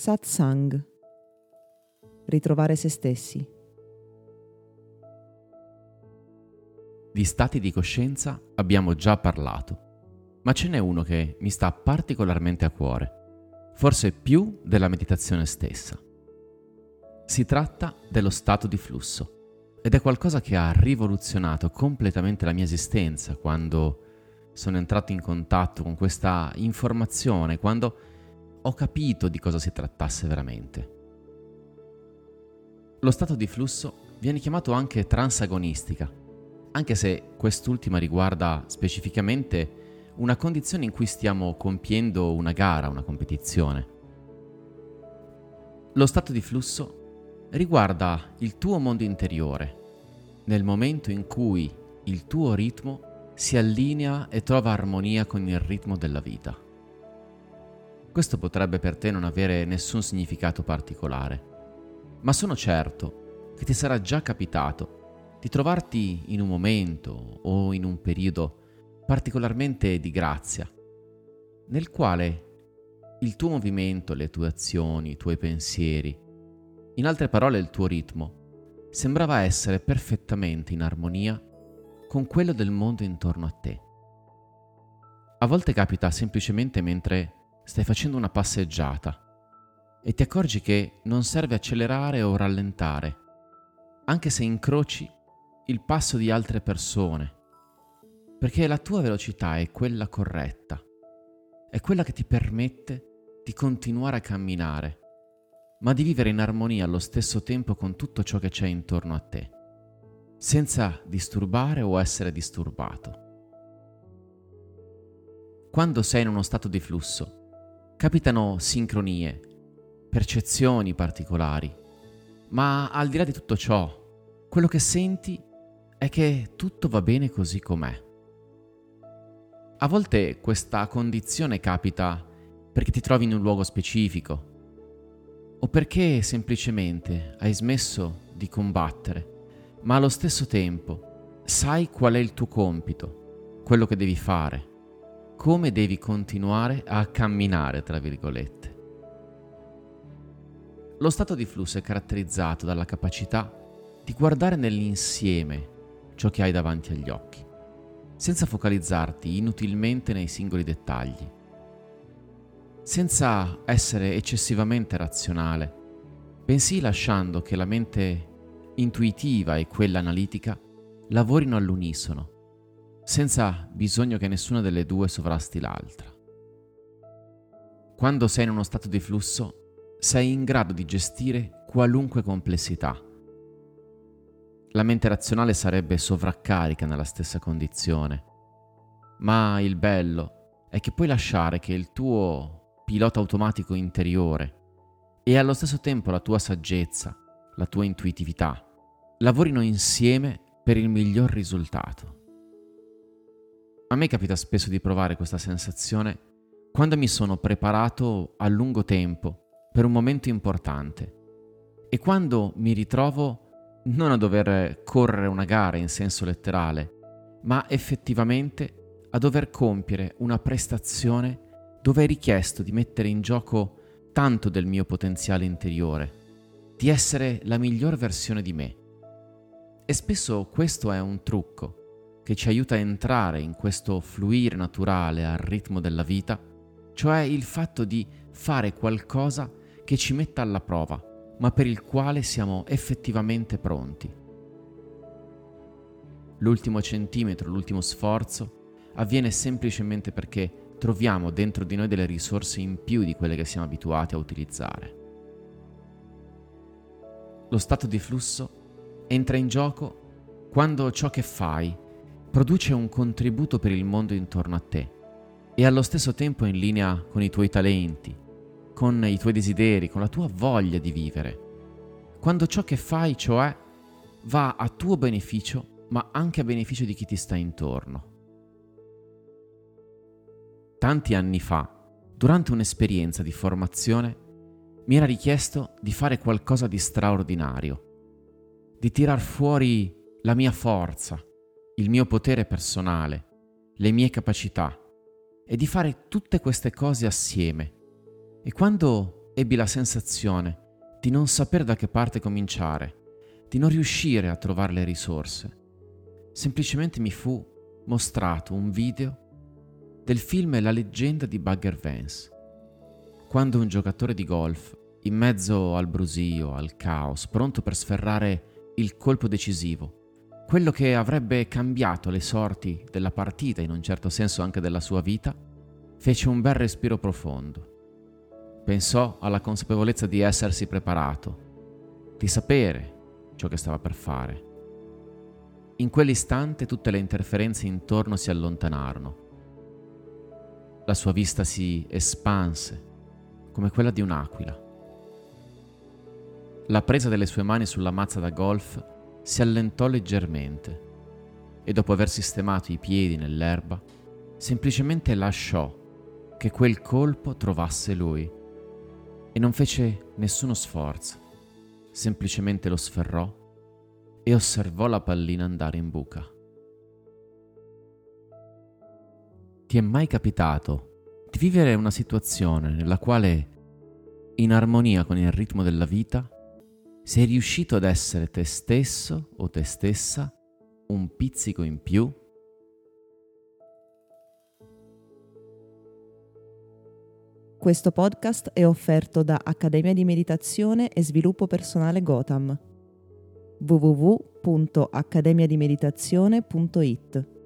Satsang. Ritrovare se stessi. Di stati di coscienza abbiamo già parlato, ma ce n'è uno che mi sta particolarmente a cuore, forse più della meditazione stessa. Si tratta dello stato di flusso ed è qualcosa che ha rivoluzionato completamente la mia esistenza quando sono entrato in contatto con questa informazione, quando ho capito di cosa si trattasse veramente. Lo stato di flusso viene chiamato anche transagonistica, anche se quest'ultima riguarda specificamente una condizione in cui stiamo compiendo una gara, una competizione. Lo stato di flusso riguarda il tuo mondo interiore, nel momento in cui il tuo ritmo si allinea e trova armonia con il ritmo della vita. Questo potrebbe per te non avere nessun significato particolare, ma sono certo che ti sarà già capitato di trovarti in un momento o in un periodo particolarmente di grazia, nel quale il tuo movimento, le tue azioni, i tuoi pensieri, in altre parole il tuo ritmo, sembrava essere perfettamente in armonia con quello del mondo intorno a te. A volte capita semplicemente mentre stai facendo una passeggiata e ti accorgi che non serve accelerare o rallentare, anche se incroci il passo di altre persone, perché la tua velocità è quella corretta, è quella che ti permette di continuare a camminare, ma di vivere in armonia allo stesso tempo con tutto ciò che c'è intorno a te, senza disturbare o essere disturbato. Quando sei in uno stato di flusso, capitano sincronie, percezioni particolari, ma al di là di tutto ciò, quello che senti è che tutto va bene così com'è. A volte questa condizione capita perché ti trovi in un luogo specifico o perché semplicemente hai smesso di combattere, ma allo stesso tempo sai qual è il tuo compito, quello che devi fare, come devi continuare a camminare, tra virgolette. Lo stato di flusso è caratterizzato dalla capacità di guardare nell'insieme ciò che hai davanti agli occhi, senza focalizzarti inutilmente nei singoli dettagli, senza essere eccessivamente razionale, bensì lasciando che la mente intuitiva e quella analitica lavorino all'unisono, senza bisogno che nessuna delle due sovrasti l'altra. Quando sei in uno stato di flusso, sei in grado di gestire qualunque complessità. La mente razionale sarebbe sovraccarica nella stessa condizione, ma il bello è che puoi lasciare che il tuo pilota automatico interiore e allo stesso tempo la tua saggezza, la tua intuitività, lavorino insieme per il miglior risultato. A me capita spesso di provare questa sensazione quando mi sono preparato a lungo tempo per un momento importante e quando mi ritrovo non a dover correre una gara in senso letterale, ma effettivamente a dover compiere una prestazione dove è richiesto di mettere in gioco tanto del mio potenziale interiore, di essere la miglior versione di me. E spesso questo è un trucco che ci aiuta a entrare in questo fluire naturale al ritmo della vita, cioè il fatto di fare qualcosa che ci metta alla prova, ma per il quale siamo effettivamente pronti. L'ultimo centimetro, l'ultimo sforzo avviene semplicemente perché troviamo dentro di noi delle risorse in più di quelle che siamo abituati a utilizzare. Lo stato di flusso entra in gioco quando ciò che fai produce un contributo per il mondo intorno a te e allo stesso tempo è in linea con i tuoi talenti, con i tuoi desideri, con la tua voglia di vivere. Quando ciò che fai, cioè, va a tuo beneficio, ma anche a beneficio di chi ti sta intorno. Tanti anni fa, durante un'esperienza di formazione, mi era richiesto di fare qualcosa di straordinario, di tirar fuori la mia forza, il mio potere personale, le mie capacità e di fare tutte queste cose assieme. E quando ebbi la sensazione di non sapere da che parte cominciare, di non riuscire a trovare le risorse. Semplicemente mi fu mostrato un video del film La leggenda di Bagger Vance, quando un giocatore di golf, in mezzo al brusio, al caos, pronto per sferrare il colpo decisivo, quello che avrebbe cambiato le sorti della partita, in un certo senso anche della sua vita, fece un bel respiro profondo. Pensò alla consapevolezza di essersi preparato, di sapere ciò che stava per fare. In quell'istante tutte le interferenze intorno si allontanarono. La sua vista si espanse come quella di un'aquila. La presa delle sue mani sulla mazza da golf si allentò leggermente e dopo aver sistemato i piedi nell'erba, semplicemente lasciò che quel colpo trovasse lui e non fece nessuno sforzo, semplicemente lo sferrò e osservò la pallina andare in buca. Ti è mai capitato di vivere una situazione nella quale, in armonia con il ritmo della vita, sei riuscito ad essere te stesso o te stessa un pizzico in più? Questo podcast è offerto da Accademia di Meditazione e Sviluppo Personale Gotham. www.accademiadimeditazione.it